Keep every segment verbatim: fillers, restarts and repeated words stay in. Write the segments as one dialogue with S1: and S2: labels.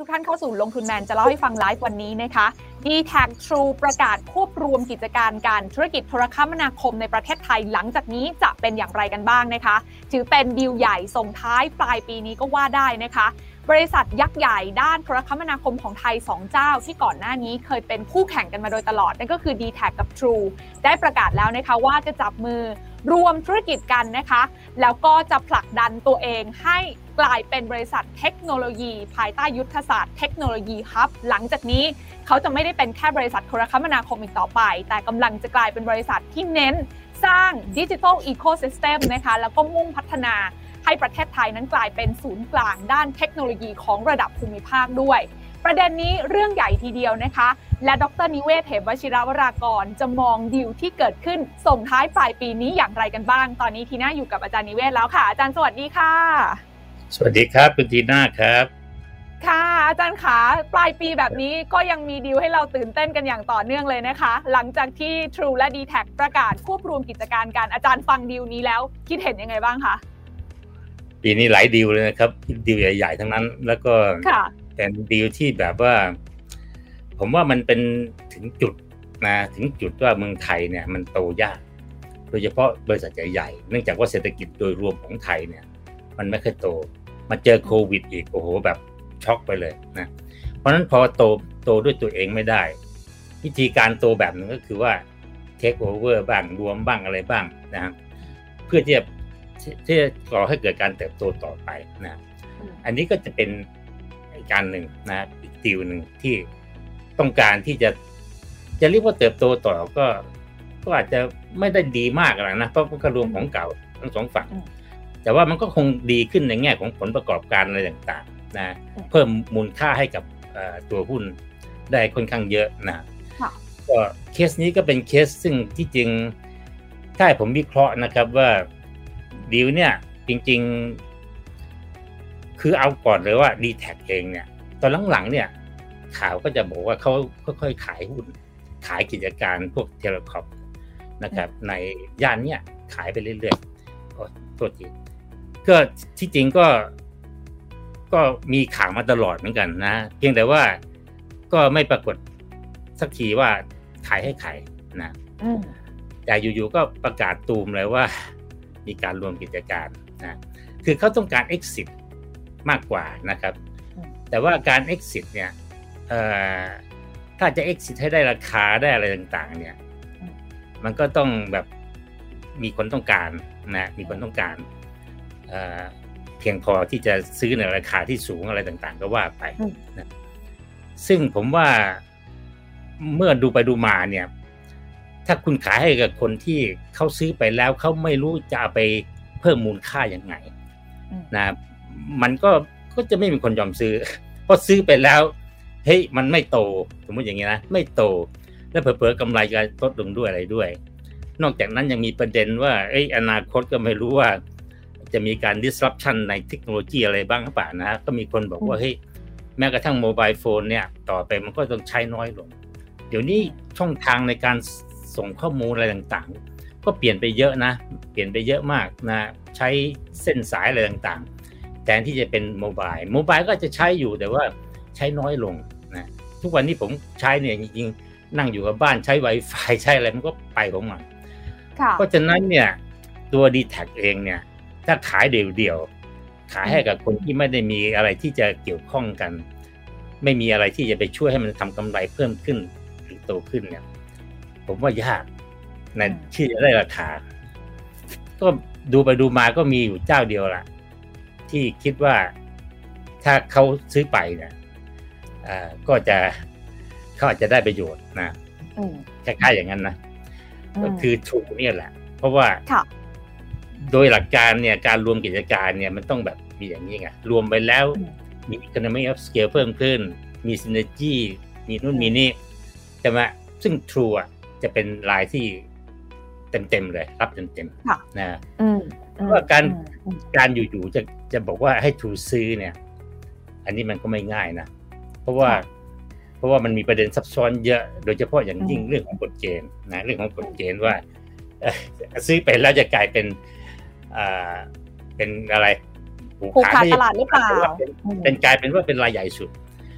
S1: ทุกท่านเข้าสู่ลงทุนแมนจะเล่าให้ฟังไลฟ์วันนี้นะคะ ดี แท็ก True ประกาศควบรวมกิจการการธุรกิจโทรคมนาคมในประเทศไทยหลังจากนี้จะเป็นอย่างไรกันบ้างนะคะถือเป็นดีลใหญ่ส่งท้ายปลายปีนี้ก็ว่าได้นะคะบริษัทยักษ์ใหญ่ด้านโทรคมนาคมของไทยสองเจ้าที่ก่อนหน้านี้เคยเป็นคู่แข่งกันมาโดยตลอดนั่นก็คือ ดี แท็ก กับ True ได้ประกาศแล้วนะคะว่าจะจับมือรวมธุรกิจกันนะคะแล้วก็จะผลักดันตัวเองให้กลายเป็นบริษัทเทคโนโลยีภายใต้ยุทธศาสตร์เทคโนโลยีฮับหลังจากนี้เขาจะไม่ได้เป็นแค่บริษัทโทรคมนาคมอีกต่อไปแต่กำลังจะกลายเป็นบริษัทที่เน้นสร้างดิจิทัลอีโคซิสเต็มนะคะแล้วก็มุ่งพัฒนาให้ประเทศไทยนั้นกลายเป็นศูนย์กลางด้านเทคโนโลยีของระดับภูมิภาคด้วยประเด็นนี้เรื่องใหญ่ทีเดียวนะคะและดร.นิเวศน์ เหมวชิรวรากรจะมองดีลที่เกิดขึ้นส่งท้ายปลายปีนี้อย่างไรกันบ้างตอนนี้ทีน่าอยู่กับอาจารย์นิเวศน์แล้วค่ะอาจารย์สวัสดีค่ะ
S2: สวัสดีครับคุณทีน่าครับ
S1: ค่ะอาจารย์ขาปลายปีแบบนี้ก็ยังมีดีลให้เราตื่นเต้นกันอย่างต่อเนื่องเลยนะคะหลังจากที่ True และ ดี แท็ก ประกาศควบรวมกิจการกันอาจารย์ฟังดีลนี้แล้วคิดเห็นยังไงบ้างคะ
S2: ปีนี้หลายดีลเลยนะครับดีลใหญ่ๆทั้งนั้นแล้วก็เป็นดีลที่แบบว่าผมว่ามันเป็นถึงจุดนะถึงจุดว่าเมืองไทยเนี่ยมันโตยากโดยเฉพาะบริษัทใหญ่ๆเนื่องจากว่าเศรษฐกิจโดยรวมของไทยเนี่ยมันไม่ค่อยโตมาเจอโควิดอีกโอ้โหแบบช็อกไปเลยนะเพราะฉะนั้นพอโตโตด้วยตัวเองไม่ได้วิธีการโตแบบนึงก็คือว่าเทคโอเวอร์บ้างรวมบ้างอะไรบ้างนะครับเพื่อที่จะที่จะก่อให้เกิดการเติบโตต่อไปนะอันนี้ก็จะเป็นการหนึ่งนะอีกดีลหนึ่งที่ต้องการที่จะจะเรียกว่าเติบโตต่อก็ก็อาจจะไม่ได้ดีมากหรอกนะเพราะก็รวมของเก่าทั้งสองฝั่งแต่ว่ามันก็คงดีขึ้นในแง่ของผลประกอบการอะไรต่างๆนะเพิ่มมูลค่าให้กับตัวหุ้นได้ค่อนข้างเยอะนะก็เคสนี้ก็เป็นเคสซึ่งที่จริงถ้าผมวิเคราะห์นะครับว่าดีลเนี่ยจริงๆคือเอาก่อนเลยว่า ดี แท็ก เองเนี่ยตอนหลังๆเนี่ยข่าวก็จะบอกว่าเขาค่อยๆขายหุ้นขายกิจการพวกเทเลคอมนะครับในย่านเนี้ยขายไปเรื่อยๆก็โทษทีก็ที่จริงก็ก็มีข่าวมาตลอดเหมือนกันนะเพียงแต่ว่าก็ไม่ปรากฏสักทีว่าขายให้ใครนะแต่อยู่ๆก็ประกาศตูมเลยว่ามีการรวมกิจการนะคือเขาต้องการ exit มากกว่านะครับแต่ว่าการ exit เนี่ยเอ่อถ้าจะ exit ให้ได้ราคาได้อะไรต่างๆเนี่ยมันก็ต้องแบบมีคนต้องการนะมีคนต้องการเอ่อเพียงพอที่จะซื้อในราคาที่สูงอะไรต่างๆก็ว่าไปนะซึ่งผมว่าเมื่อดูไปดูมาเนี่ยถ้าคุณขายให้กับคนที่เขาซื้อไปแล้วเขาไม่รู้จะเอาไปเพิ่มมูลค่ายังไงนะมันก็ก็จะไม่มีคนยอมซื้อเพราะซื้อไปแล้วเฮ้ยมันไม่โตสมมติอย่างนี้นะไม่โตแล้วเผลอๆกำไรจะลดลงด้วยอะไรด้วยนอกจากนั้นยังมีประเด็นว่าเอ้ยอนาคตก็ไม่รู้ว่าจะมีการ disruption ในเทคโนโลยีอะไรบ้างหรือเปล่านะก็มีคนบอกว่าเฮ้ยแม้กระทั่งโมบายโฟนเนี่ยต่อไปมันก็ต้องใช้น้อยลงเดี๋ยวนี้ช่องทางในการส่งข้อมูลอะไรต่างๆก็เปลี่ยนไปเยอะนะเปลี่ยนไปเยอะมากนะใช้เส้นสายอะไรต่างๆแทนที่จะเป็นโมบายโมบายก็จะใช้อยู่แต่ว่าใช้น้อยลงนะทุกวันนี้ผมใช้เนี่ยจริงๆนั่งอยู่กับบ้านใช้ Wi-Fi ใช้อะไรมันก็ไปของมันเพราะฉะนั้นเนี่ยตัว ดี แท็ก เองเนี่ยถ้าขายเดี่ยวๆขายให้กับคนที่ไม่ได้มีอะไรที่จะเกี่ยวข้องกันไม่มีอะไรที่จะไปช่วยให้มันทำกำไรเพิ่มขึ้นหรือโตขึ้นเนี่ยผมว่ายากนะที่จะได้ราคาก็ดูไปดูมาก็มีอยู่เจ้าเดียวล่ะที่คิดว่าถ้าเขาซื้อไปเนี่ยอ่าก็จะเขาอาจจะได้ประโยชน์นะคล้ายๆอย่างนั้นนะก็คือถูกเนี่ยแหละเพราะว่าโดยหลักการเนี่ยการรวมกิจการเนี่ยมันต้องแบบมีอย่างนี้ไงรวมไปแล้วมี economy of scale เพิ่มขึ้นมี synergy มีนู่นมีนี่ใช่ไหมซึ่ง True อ่ะจะเป็นรายที่เต็มๆเลยรับเต็มๆนะว่าการการอยู่ๆจะจะบอกว่าให้ True ซื้อเนี่ยอันนี้มันก็ไม่ง่ายนะเพราะว่าเพราะว่ามันมีประเด็นซับซ้อนเยอะโดยเฉพาะอย่างยิ่งเรื่องของกฎเกณฑ์นะเรื่องของกฎเกณฑ์ว่าซื้อไปแล้วจะกลายเป็นอ่าเป็นอะไร
S1: ผูกขาดตลาดหรือเปล่า
S2: เป็นกลายเป็นว่าเป็นรายใหญ่สุด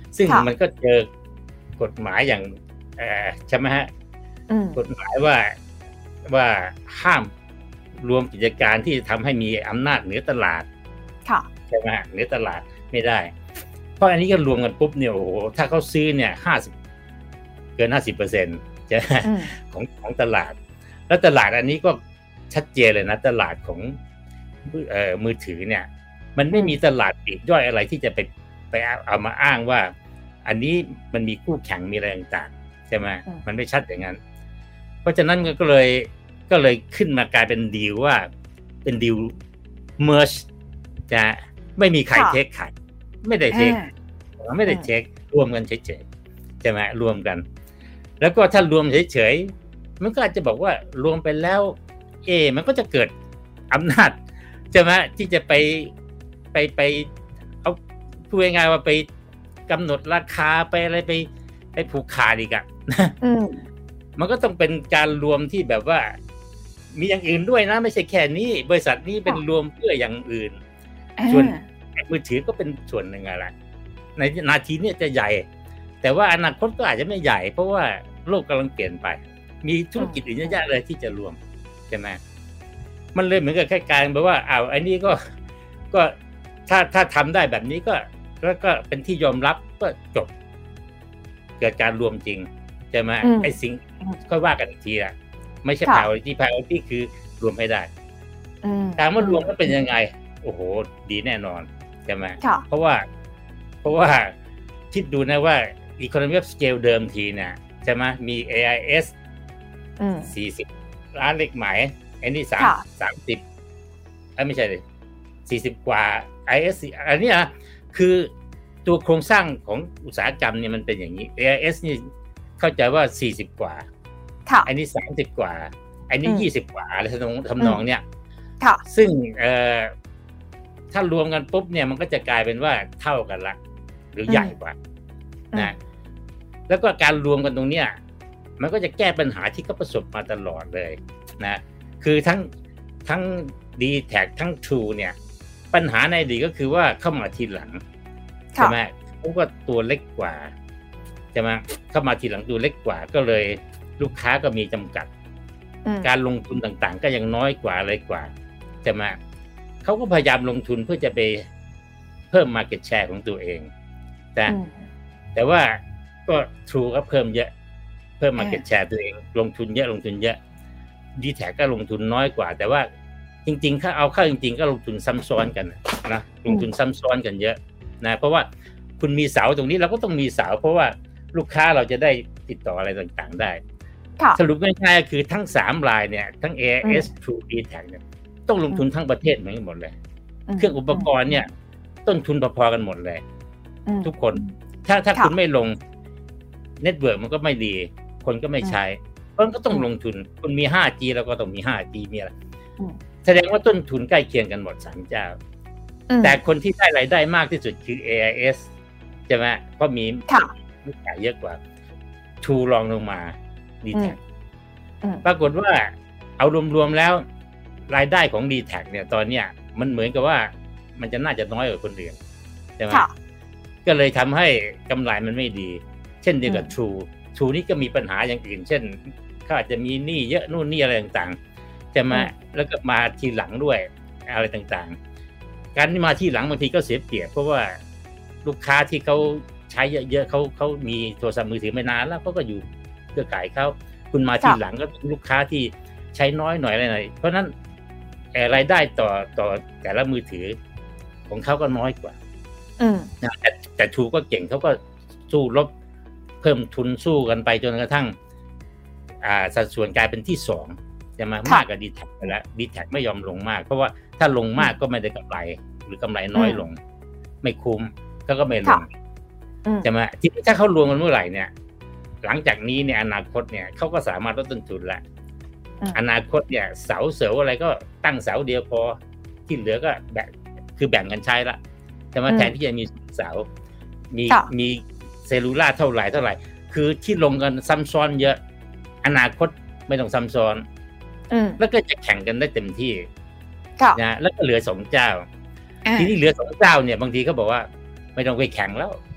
S2: ซึ่งมันก็เจอกฎหมายอย่างเอ่อใช่ไหมฮะกฎหมายว่าว่าห้ามรวมกิจการที่ทำให้มีอำนาจเหนือตลาดใช่ไหมฮะเหนือตลาดไม่ได้เพราะอันนี้ก็รวมกันปุ๊บเนี่ยโอ้โหถ้าเขาซื้อเนี่ยห้าสิบเกินห้าสิบเปอร์เซ็นต์ใช่ของของตลาดแล้วตลาดอันนี้ก็ชัดเจนเลยนะตลาดของเอ่อมือถือเนี่ยมันไม่มีตลาดปลีกย่อยอะไรที่จะไปไปเอามาอ้างว่าอันนี้มันมีคู่แข่งมีอะไรต่างๆใช่ไหมมันไม่ชัดอย่างนั้นเพราะฉะนั้นก็เลยก็เลยขึ้นมากลายเป็นดีลว่าเป็นดีลเมิร์ชจะไม่มีใครเทคใครไม่ได้เทคไม่ได้เทครวมกันเฉยๆใช่ไหมรวมกันแล้วก็ถ้ารวมเฉยๆมันก็อาจจะบอกว่ารวมไปแล้วเอมันก็จะเกิดอำนาจใช่ไหมที่จะไปไปไปเอาพูดง่ายๆว่าไปกำหนดราคาไปอะไรไปไปผูกขาดอีกอ่ะมันก็ต้องเป็นการรวมที่แบบว่ามีอย่างอื่นด้วยนะไม่ใช่แค่นี้บริษัทนี้เป็นรวมเพื่ออย่างอื่นส่วนมือถือก็เป็นส่วนหนึ่งอะไรในนาทีนี้จะใหญ่แต่ว่าอนาคตก็อาจจะไม่ใหญ่เพราะว่าโลกกำลังเปลี่ยนไปมีธุรกิจอื่นเยอะแยะเลยที่จะรวมใช่ไหมมันเลยเหมือนกับแค่การแบบว่าอ้าวไอ้นี่ก็ก็ถ้าถ้าทำได้แบบนี้ก็แล้วก็เป็นที่ยอมรับก็จบเกิดการรวมจริงใช่ไหมไอ้สิ่งก็ว่ากันอีกทีละไม่ใช่ priority priority คือรวมให้ได้ถามว่ารวมแล้วเป็นยังไงโอ้โหดีแน่นอนใช่ไหมเพราะว่าเพราะว่าคิดดูนะว่า economy of scale เดิมทีเนี่ยใช่ไหมมี เอ ไอ เอส สี่สิบล้านเลขหมายไอ้นี่สามสามสิบเอ้ไม่ใช่เลยสี่สิบกว่า ไอ เอส อันนี้นะคือตัวโครงสร้างของอุตสาหกรรมเนี่ยมันเป็นอย่างนี้ เอ ไอ เอส นี่เข้าใจว่าสี่สิบกว่าอันนี้สามสิบกว่าอันนี้ยี่สิบกว่าอะไรทำนองเนี่ยซึ่งเอ่อถ้ารวมกันปุ๊บเนี่ยมันก็จะกลายเป็นว่าเท่ากันละหรือใหญ่กว่านะแล้วก็การรวมกันตรงเนี้ยมันก็จะแก้ปัญหาที่เขาประสบมาตลอดเลยนะคือทั้งทั้ง ดี แท็ก ทั้ง True เนี่ยปัญหาในอดีตก็คือว่าเข้ามาทีหลังใช่ไหมเขาก็ตัวเล็กกว่าใช่ไหมเข้ามาทีหลังตัวเล็กกว่าก็เลยลูกค้าก็มีจำกัดการลงทุนต่างๆก็ยังน้อยกว่าอะไรกว่าใช่ไหมเขาก็พยายามลงทุนเพื่อจะไปเพิ่ม market share ของตัวเองแต่แต่ว่าก็ True ก็เพิ่มเยอะเพิ่ม market share ตัวเองลงทุนเยอะลงทุนเยอะ ดี แท็ก ก็ลงทุนน้อยกว่าแต่ว่าจริงๆถ้าเอาเข้าจริงๆก็ลงทุนซ้ำซ้อนกันนะลงทุนซ้ำซ้อนกันเยอะนะเพราะว่าคุณมีเสาตรงนี้เราก็ต้องมีเสาเพราะว่าลูกค้าเราจะได้ติดต่ออะไรต่างๆได้สรุปง่ายๆก็คือทั้งสามรายเนี่ยทั้ง เอ ไอ เอส True ดี แท็ก เนี่ยต้องลงทุนทั้งประเทศเหมือนกันหมดเลยเครื่องอุปกรณ์เนี่ยต้นทุนพอๆกันหมดเลยทุกคนถ้าถ้าคุณไม่ลงเน็ตเวิร์กมันก็ไม่ดีคนก็ไม่ใช้เพราะก็ต้องลงทุนคุณมี ห้าจี แล้วก็ต้องมี ห้าจี มีอะไรแสดงว่าต้นทุนใกล้เคียงกันหมดสามเจ้าแต่คนที่ได้รายได้มากที่สุดคือ เอ ไอ เอส ใช่ไหมเพราะมีลูกค้าเยอะกว่า True รองลงมา ดี แท็ก ปรากฏว่าเอารวมๆแล้วรายได้ของ ดี แท็ก เนี่ยตอนเนี้ยมันเหมือนกับว่ามันจะน่าจะน้อยกว่าคนอื่นใช่ไหมก็เลยทำให้กำไรมันไม่ดีเช่นเดียวกับ True True นี่ก็มีปัญหาอย่างอื่นเช่นเขาอาจจะมีหนี้เยอะนู่นนี่อะไรต่างๆจะมาแล้วก็มาทีหลังด้วยอะไรต่างๆการที่มาทีหลังบางทีก็เสียเปรียบเพราะว่าลูกค้าที่เขาใช้เยอะๆเขาเขามีโทรศัพท์มือถือไม่นานแล้วเขาก็อยู่เครือข่ายเขาคุณมาทีหลังก็ลูกค้าที่ใช้น้อยหน่อยอะไรหน่อยเพราะนั้นรายได้ต่อต่อแต่ละมือถือของเขาก็น้อยกว่านะแต่แต่ True ก็เก่งเขาก็สู้รบเพิ่มทุนสู้กันไปจนกระทั่งอ่าสัดส่วนกลายเป็นที่สองจะมามากกว่า ดี แท็ก ไปแล้ว ดี แท็ก ไม่ยอมลงมากเพราะว่าถ้าลงมากก็ไม่ได้กำไรหรือกำไรน้อยลงไม่คุ้มก็ก็ไม่ลงจะมาทีนี้ถ้าเขารวมกันเมื่อไหร่เนี่ยหลังจากนี้เนี่ยอนาคตเนี่ยเขาก็สามารถลดต้นทุนละอนาคตเนี่ยเสาเสาอะไรก็ตั้งเสาเดียวพอที่เหลือก็แบ่งคือแบ่งกันใช้ละจะมาแทนที่จะมีเสามีมีเซลลูล่าเท่าไหร่เท่าไหร่คือที่ลงกันซ้ำซ้อนเยอะอนาคตไม่ต้องซ้ำซ้อนแล้วก็จะแข่งกันได้เต็มที่นะแล้วก็เหลือสองเจ้าทีนี้เหลือสองเจ้าเนี่ยบางทีเขาบอกว่าไม่ต้องไปแข่งแล้ว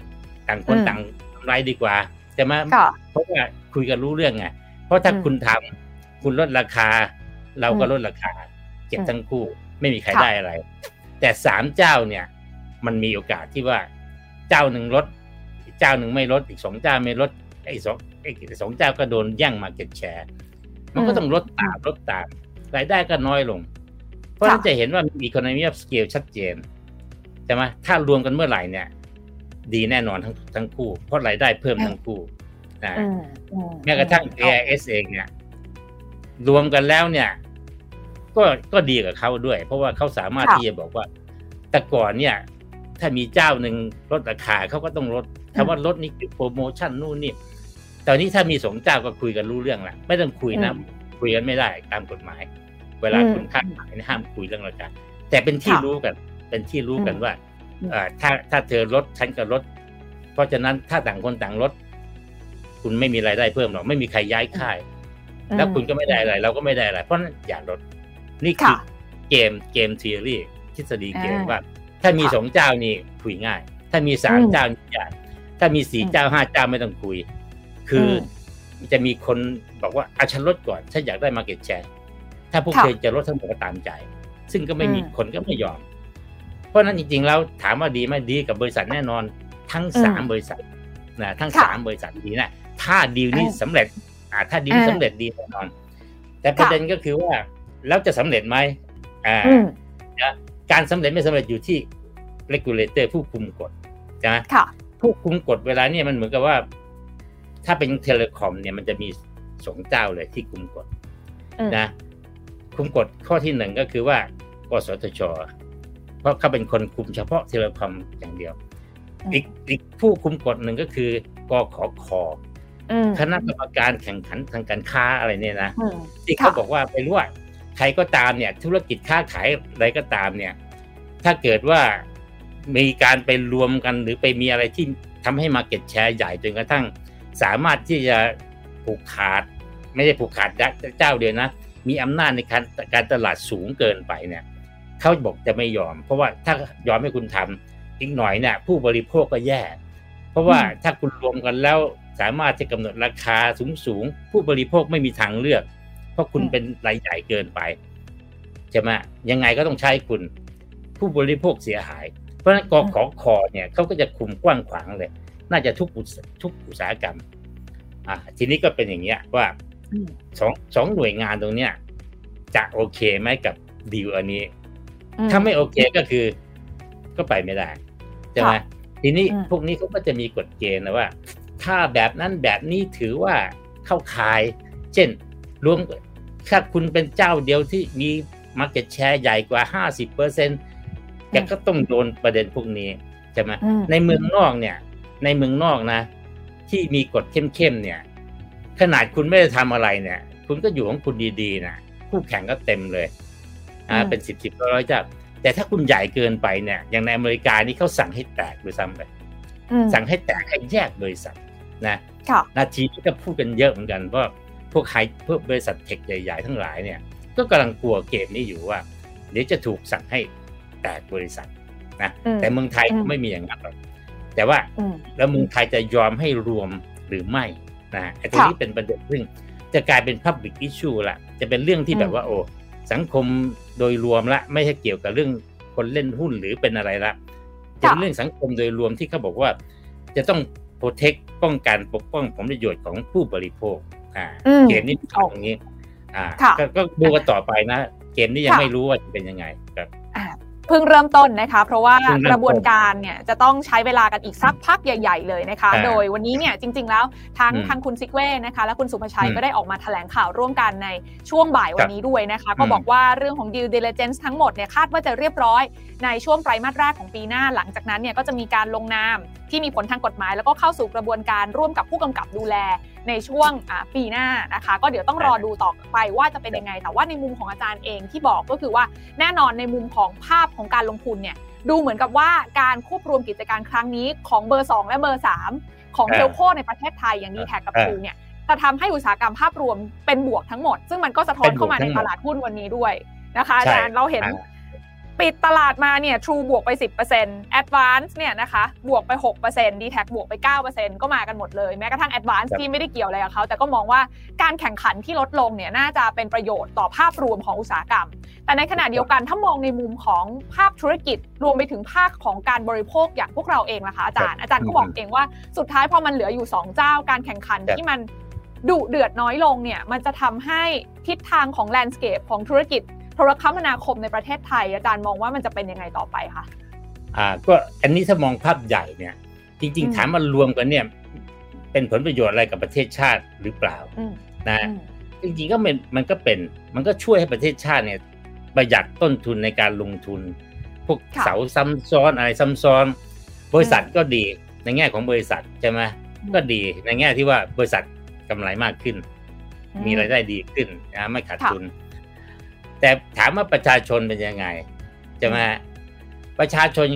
S2: ต่างคนต่างทำไรดีกว่าใช่ไหมเพราะว่าคุยกันรู้เรื่องไงเพราะถ้าคุณทำคุณลดราคาเราก็ลดราคาเก็บทั้งคู่ไม่มีใครได้อะไรแต่สามเจ้าเนี่ยมันมีโอกาสที่ว่าเจ้าหนึ่งลดอีกเจ้าหนึ่งไม่ลดอีกสองเจ้าไม่ลดไอ้สองไอ้สองเจ้าก็โดนแย่งมาเก็ตแชร์มันก็ต้องลดตามลดตามรายได้ก็น้อยลงเพราะฉะนั้นจะเห็นว่ามี economy of scale ชัดเจนใช่ไหมถ้ารวมกันเมื่อไหร่เนี่ยดีแน่นอนทั้งทั้งคู่เพราะรายได้เพิ่มทั้งคู่นะแม้กระทั่ง เอ ไอ เอส เองเนี่ยรวมกันแล้วเนี่ยก็ก็ดีกับเขาด้วยเพราะว่าเขาสามารถที่จะบอกว่าแต่ก่อนเนี่ยถ้ามีเจ้าหนึ่งลดราคาเขาก็ต้องลดคำว่าลดนี่คือโปรโมชั่นนู่นนี่ตอนนี้ถ้ามีสองเจ้าก็คุยกันรู้เรื่องละไม่ต้องคุยนะคุยกันไม่ได้ตามกฎหมายเวลาคุณค้าขายห้ามคุยเรื่องราคาแต่เป็นที่รู้กันเป็นที่รู้กันว่าถ้าถ้าเธอลดฉันก็ลดเพราะฉะนั้นถ้าต่างคนต่างลดคุณไม่มีรายได้เพิ่มหรอกไม่มีใครย้ายค่ายแล้วคุณก็ไม่ได้อะไรเราก็ไม่ได้อะไรเพราะนั้นอย่าลดนี่คือเกมเกมทีอรี่ทฤษฎีเกมว่าถ้ามีสองเจ้านี่คุยง่ายถ้ามีสามเจ้านี่ยากถ้ามีสี่เจ้าห้าเจ้าไม่ต้องคุยคือจะมีคนบอกว่าอาฉันลดก่อนฉันอยากได้ market share ถ้าพวกเธอจะลดทั้งหมดก็ตามใจซึ่งก็ไม่มีคนก็ไม่ยอมเพราะนั้นจริงๆแล้วถามว่าดีไหมดีกับบริษัทแน่นอนทั้งสามบริษัทนะทั้งสามบริษัทดีนะถ้าดีลนี้สำเร็จอ่าถ้าดีลสำเร็จดีแน่นอนแต่ประเด็นก็คือว่าแล้วจะสำเร็จไหมอ่าการสำเร็จไม่สำเร็จอยู่ที่ regulator ผู้คุมกฎใช่ไหมผู้คุมกฎเวลาเนี่ยมันเหมือนกับว่าถ้าเป็นเทเลคอมเนี่ยมันจะมีสองเจ้าเลยที่คุมกฎนะคุมกฎข้อที่หนึ่งก็คือว่ากสทช.เพราะเขาเป็นคนคุมเฉพาะเทเลคอมอย่างเดียวอีกอีกผู้คุมกฎหนึ่งก็คือกขค.คณะกรรมการแข่งขันทางการค้าอะไรเนี่ยนะที่เขาบอกว่าไปรู้ว่าใครก็ตามเนี่ยธุรกิจค้าขายอะไรก็ตามเนี่ยถ้าเกิดว่ามีการไปรวมกันหรือไปมีอะไรที่ทำให้มาเก็ตแชร์ใหญ่จนกระทั่งสามารถที่จะผูกขาดไม่ได้ผูกขาดเจ้าเดียวนะมีอำนาจในการการตลาดสูงเกินไปเนี่ยเขาบอกจะไม่ยอมเพราะว่าถ้ายอมให้คุณทำอีกหน่อยเนี่ยผู้บริโภคก็แย่เพราะว่าถ้าคุณรวมกันแล้วสามารถจะกำหนดราคาสูงๆผู้บริโภคไม่มีทางเลือกเพราะคุณเป็นรายใหญ่เกินไปใช่ไหมยังไงก็ต้องใช้คุณผู้บริโภคเสียหายเพราะฉะนั้นกขคเนี่ยเขาก็จะคุมกว้างขวางเลยน่าจะทุกทุกอุตสาหกรรมอ่าทีนี้ก็เป็นอย่างเงี้ยว่าสองสองหน่วยงานตรงเนี้ยจะโอเคไหมกับดีลอันนี้ถ้าไม่โอเคก็คือก็ไปไม่ได้ใช่ไหมทีนี้พวกนี้เขาก็จะมีกฎเกณฑ์นะว่าถ้าแบบนั้นแบบนี้ถือว่าเข้าข่ายเช่นรวมถ้าคุณเป็นเจ้าเดียวที่มี market share ใหญ่กว่า ห้าสิบเปอร์เซ็นต์ แกก็ต้องโดนประเด็นพวกนี้ใช่ไหมในเมืองนอกเนี่ยในเมืองนอกนะที่มีกฎเข้มๆเนี่ยขนาดคุณไม่ได้ทำอะไรเนี่ยคุณก็อยู่ของคุณดีๆนะคู่แข่งก็เต็มเลยอ่าเป็นสิบสิบร้อยเจ้าแต่ถ้าคุณใหญ่เกินไปเนี่ยอย่างในอเมริกานี่เขาสั่งให้แตกด้วยซ้ำไปสั่งให้แตกให้แยกบริษัทนะนาทีนี้ก็พูดกันเยอะเหมือนกันเพราะพวกไฮพวกบริษัทเทคใหญ่ๆทั้งหลายเนี่ยก็กำลังกลัวเกมนี้อยู่ว่าเดี๋ยวจะถูกสั่งให้แตกบริษัทนะแต่เมืองไทยไม่มีอย่างนั้นหรอกแต่ว่าแล้วเมืองไทยจะยอมให้รวมหรือไม่นะไอ้ตรงนี้เป็นประเด็นซึ่งจะกลายเป็น public issue ละจะเป็นเรื่องที่แบบว่าโอ้สังคมโดยรวมละไม่ใช่เกี่ยวกับเรื่องคนเล่นหุ้นหรือเป็นอะไรละจะเป็นเรื่องสังคมโดยรวมที่เขาบอกว่าจะต้อง protect ป้องกันปกป้องผลประโยชน์ของผู้บริโภคอ่าเกมนี้ตรงนี้อ่าก็ดูกันต่อไปนะเกมนี้ยังไม่รู้ว่าจะเป็นยังไงครับ
S1: เพิ่งเริ่มต้นนะคะเพราะว่ากระบวนการเนี่ยจะต้องใช้เวลากันอีกสักพักใหญ่ๆเลยนะคะโดยวันนี้เนี่ยจริงๆแล้วทั้งทางคุณซิกเว่นะคะและคุณสุภชัยก็ได้ออกมาแถลงข่าวร่วมกันในช่วงบ่ายวันนี้ด้วยนะคะก็บอกว่าเรื่องของ due diligence ทั้งหมดเนี่ยคาดว่าจะเรียบร้อยในช่วงไตรมาสแรกของปีหน้าหลังจากนั้นเนี่ยก็จะมีการลงนามที่มีผลทางกฎหมายแล้วก็เข้าสู่กระบวนการร่วมกับผู้กำกับดูแลในช่วงปีหน้านะคะก็เดี๋ยวต้องรอดูต่อไปว่าจะเป็นยังไงแต่ว่าในมุมของอาจารย์เองที่บอกก็คือว่าแน่นอนในมุมของภาพของการลงทุนเนี่ยดูเหมือนกับว่าการควบรวมกิจการครั้งนี้ของเบอร์สองและเบอร์สามของเทลโคในประเทศไทยอย่าง ดี แท็ก กับ True เนี่ยจะทำให้อุตสาหกรรมภาพรวมเป็นบวกทั้งหมดซึ่งมันก็สะท้อนเข้ามาในตลาดหุ้นวันนี้ด้วยนะคะอาจารย์เราเห็นปิดตลาดมาเนี่ย True บวกไป สิบเปอร์เซ็นต์ Advance เนี่ยนะคะบวกไป หกเปอร์เซ็นต์ ดี แท็ก บวกไป เก้าเปอร์เซ็นต์ ก็มากันหมดเลยแม้กระทั่ง Advance ที่ไม่ได้เกี่ยวอะไรกับเขาแต่ก็มองว่าการแข่งขันที่ลดลงเนี่ยน่าจะเป็นประโยชน์ต่อภาพรวมของอุตสาหกรรมแต่ในขณะเดียวกันถ้ามองในมุมของภาคธุรกิจรวมไปถึงภาคของการบริโภคอย่างพวกเราเองล่ะคะอาจารย์อาจารย์ก็บอกเองว่าสุดท้ายพอมันเหลืออยู่สองเจ้าการแข่งขันที่มันดุเดือดน้อยลงเนี่ยมันจะทำให้ทิศทางของแลนด์สเคปของธุรกิจโทรคมนาคมในประเทศไทยอาจารย์มองว่ามันจะเป็นยังไงต่อไปคะ
S2: อ่าก็อันนี้ถ้ามองภาพใหญ่เนี่ยจริงๆถามมารวมกันเนี่ยเป็นผลประโยชน์อะไรกับประเทศชาติหรือเปล่านะจริงๆก็มันมันก็เป็นมันก็ช่วยให้ประเทศชาติเนี่ยประหยัดต้นทุนในการลงทุนพวกเสาซ้ำซ้อนอะไรซ้ำซ้อนบริษัทก็ดีในแง่ของบริษัทใช่ไหมก็ดีในแง่ที่ว่าบริษัทกำไรมากขึ้นมีรายได้ดีขึ้นนะไม่ขาดทุนแต่ถามว่าประชาชนเป็นยังไงใช่ไหมประชาชน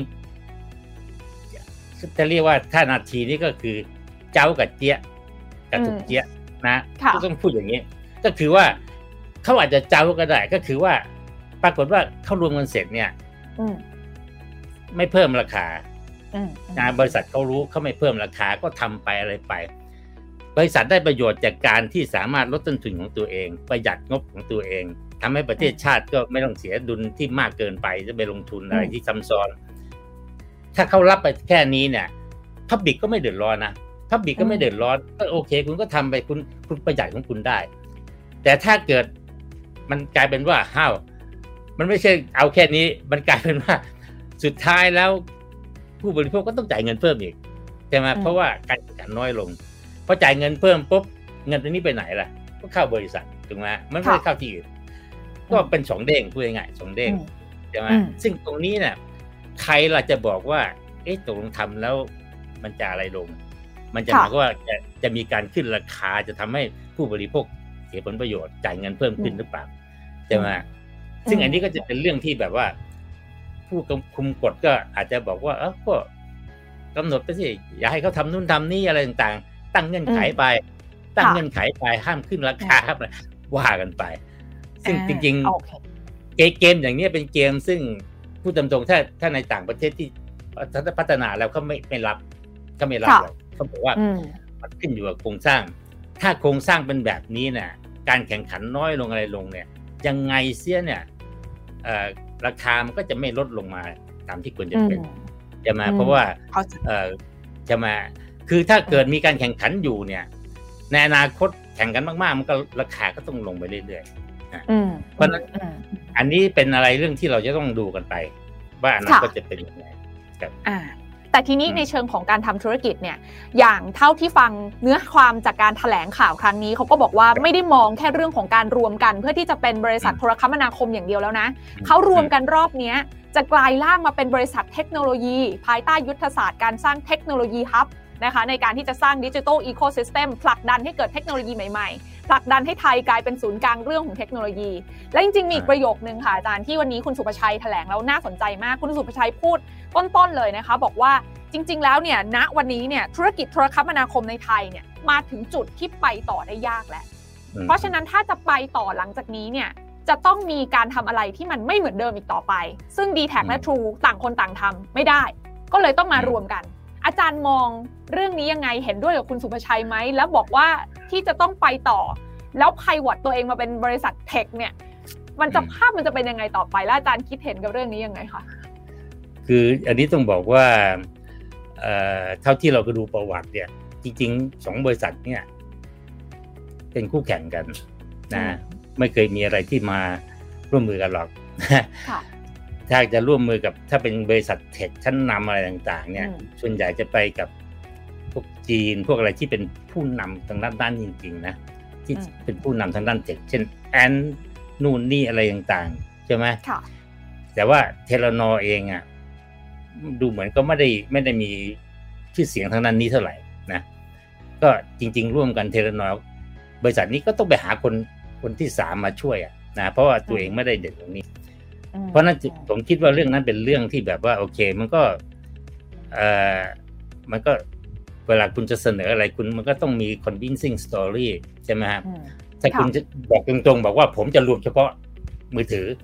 S2: จะเรียกว่าถ้านาทีนี้ก็คือเจ้ากับเจี๊ยกับถูกเจี๊ยนะก็ต้องพูดอย่างนี้ก็คือว่าเขาอาจจะเจ้าก็ได้ก็คือว่าปรากฏว่าเขารวมกันเสร็จเนี่ยไม่เพิ่มราคานะบริษัทเขารู้เขาไม่เพิ่มราคาก็ทำไปอะไรไปบริษัทได้ประโยชน์จากการที่สามารถลดต้นทุนของตัวเองประหยัดงบของตัวเองทำให้ประเทศชาติก็ไม่ต้องเสียดุลที่มากเกินไปจะไปลงทุนอะไรที่ซ้ำซ้อนถ้าเขารับไปแค่นี้เนี่ยพับบิกก็ไม่เดือดร้อนนะพับบิกก็ไม่เดือดร้อนก็โอเคคุณก็ทำไปคุณคุณประหยัดของคุณได้แต่ถ้าเกิดมันกลายเป็นว่าห้าวมันไม่ใช่เอาแค่นี้มันกลายเป็นว่าสุดท้ายแล้วผู้บริโภคก็ต้องจ่ายเงินเพิ่มอีกใช่ไหมเพราะว่าการแข่งขันน้อยลงพอจ่ายเงินเพิ่มปุ๊บเงินตัวนี้ไปไหนล่ะก็เข้าบริษัทถูกไหมมันไม่ได้เข้าที่อื่นก็เป็นสองเด้งพูดง่ายๆสองเด้งใช่ไหมซึ่งตรงนี้เนี่ยใครล่ะจะบอกว่าเอ๊ะตกลงทำแล้วมันจะอะไรลงมันจะหมายความว่าจะจะมีการขึ้นราคาจะทำให้ผู้บริโภคเสียผลประโยชน์จ่ายเงินเพิ่มขึ้นหรือเปล่าใช่ไหมซึ่งอันนี้ก็จะเป็นเรื่องที่แบบว่าผู้คุมกฎก็อาจจะบอกว่าเออก็กำหนดไปสิอย่าให้เขาทำนู่นทำนี่อะไรต่างๆตั้งเงื่อนไขไปตั้งเงื่อนไขไปห้ามขึ้นราคาครับว่ากันไปซึ่งจริงๆเกมอย่างนี้เป็นเกมซึ่งพูดตรงๆถ้าถ้าในต่างประเทศที่พัฒนาแล้วเขาไม่ไม่รับเขาไม่รับหรอกเขาบอกว่ามันขึ้นอยู่กับโครงสร้างถ้าโครงสร้างเป็นแบบนี้เนี่ยการแข่งขันน้อยลงอะไรลงเนี่ยยังไงเสียเนี่ยราคามันก็จะไม่ลดลงมาตามที่ควรจะเป็นจะมาเพราะว่าจะมาคือถ้าเกิดมีการแข่งขันอยู่เนี่ยในอนาคตแข่งกันมากๆมันก็ราคาก็ต้องลงไปเรื่อยๆเพราะนั้นอันนี้เป็นอะไรเรื่องที่เราจะต้องดูกันไปว่าอนาคตจะเป็นยังไงครับ
S1: แต่ทีนี้ในเชิงของการทำธุรกิจเนี่ยอย่างเท่าที่ฟังเนื้อความจากการแถลงข่าวครั้งนี้เขาก็บอกว่าไม่ได้มองแค่เรื่องของการรวมกันเพื่อที่จะเป็นบริษัทโทรคมนาคมอย่างเดียวแล้วนะเขารวมกันรอบนี้จะกลายร่างมาเป็นบริษัทเทคโนโลยีภายใต้ยุทธศาสตร์การสร้างเทคโนโลยีฮับนะคะในการที่จะสร้างดิจิทัลอีโคซิสเต็มผลักดันให้เกิดเทคโนโลยีใหม่ๆผลักดันให้ไทยกลายเป็นศูนย์กลางเรื่องของเทคโนโลยีและจริงๆมีอีกประโยคนึงค่ะอาจารย์ที่วันนี้คุณสุภชัยแถลงแล้วน่าสนใจมากคุณสุภชัยพูดต้นๆเลยนะคะบอกว่าจริงๆแล้วเนี่ยณวันนี้เนี่ยธุรกิจโทรคมนาคมในไทยเนี่ยมาถึงจุดที่ไปต่อได้ยากแล้วเพราะฉะนั้นถ้าจะไปต่อหลังจากนี้เนี่ยจะต้องมีการทำอะไรที่มันไม่เหมือนเดิมอีกต่อไปซึ่ง ดี แท็ก และ True ต่างคนต่างทำไม่ได้ก็เลยต้องมารวมกันอาจารย์มองเรื่องนี้ยังไงเห็นด้วยกับคุณสุภชัยไหมแล้วบอกว่าที่จะต้องไปต่อแล้วไพวอตตัวเองมาเป็นบริษัทเทคเนี่ยมันจะภาพมันจะเป็นยังไงต่อไปแล้วอาจารย์คิดเห็นกับเรื่องนี้ยังไงคะ
S2: คืออันนี้ต้องบอกว่าเอ่อเท่าที่เราก็ดูประวัติเนี่ยจริงๆสองบริษัทเนี่ยเป็นคู่แข่งกันนะไม่เคยมีอะไรที่มาร่วมมือกันหรอกถ้าจะร่วมมือกับถ้าเป็นบริษัทเทคชั้นนำอะไรต่างๆเนี่ยส่วนใหญ่จะไปกับพวกจีนพวกอะไรที่เป็นผู้นำทางด้านด้านจริงๆนะที่เป็นผู้นำทางด้านเทคเช่นแอนนู่นนี่อะไรต่างๆใช่ไหมแต่ว่าเทเลนอเองอ่ะดูเหมือนก็ไม่ได้ไม่ได้มีชื่อเสียงทางด้านนี้เท่าไหร่นะก็จริงๆร่วมกันเทเลนอบริษัทนี้ก็ต้องไปหาคนคนที่สามมาช่วยอ่ะนะเพราะว่าตัวเองไม่ได้เด่นตรงนี้เพราะนั้นผมคิดว่าเรื่องนั้นเป็นเรื่องที่แบบว่าโอเคมันก็เอ่อมันก็เวลาคุณจะเสนออะไรคุณมันก็ต้องมี convincing story ใช่ไหมครับถ้าคุณจะบอกตรงๆบอกว่าผมจะรวมเฉพาะมือถือ